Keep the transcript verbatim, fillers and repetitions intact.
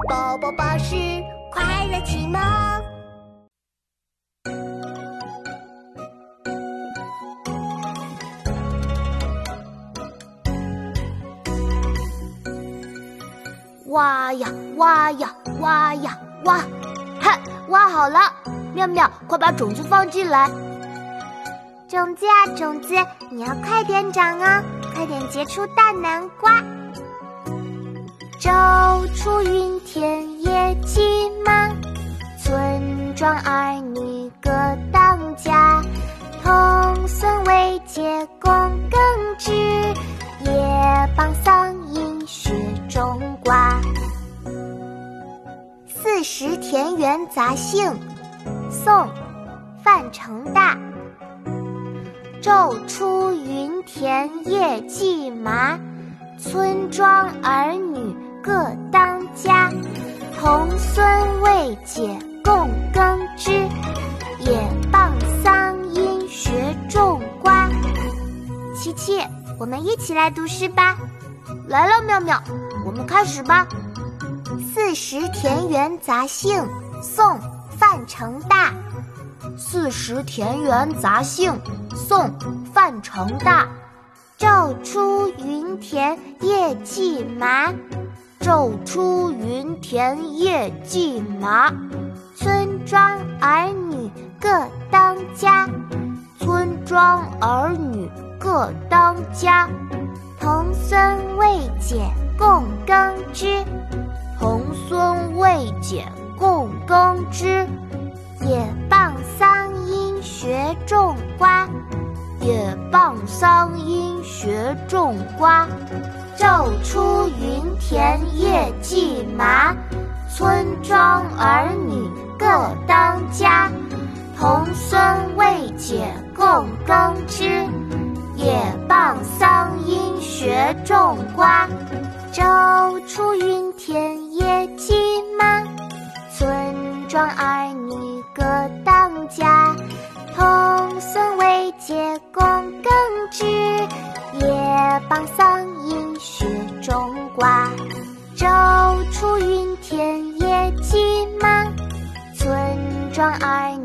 宝宝巴士快乐启蒙。 挖呀挖呀挖呀挖，哈，挖好了！妙妙，快把种子放进来。 种子啊种子，你要快点长哦，快点结出大南瓜。昼出耘田野鸡忙，村庄儿女各当家。童孙未解供耕织，也帮桑阴学种瓜。四时田园杂兴，宋·范成大。昼出耘田野鸡麻，村庄儿女各当家。童孙未解供耕织，也帮桑阴学种瓜。琪琪，我们一起来读诗吧。 来了，妙妙，我们开始吧。 四时田园杂兴，宋·范成大。 四时田园杂兴，宋·范成大。 昼出耘田野鸡麻， 昼出耘田野鸡麻。 村庄儿女各当家， 村庄儿女各当家。 童孙未解供耕织， 童孙未解供耕织。 也帮桑阴学种瓜， 也帮桑阴学种瓜。 昼出耘田野鸡麻，村庄儿女各当家。童孙未解供耕织，也帮桑阴学种瓜。昼出耘田野鸡麻，村庄儿女各当家。童孙未解供耕织，也帮桑阴学种瓜。昼出耘田野鸡麻，村庄儿女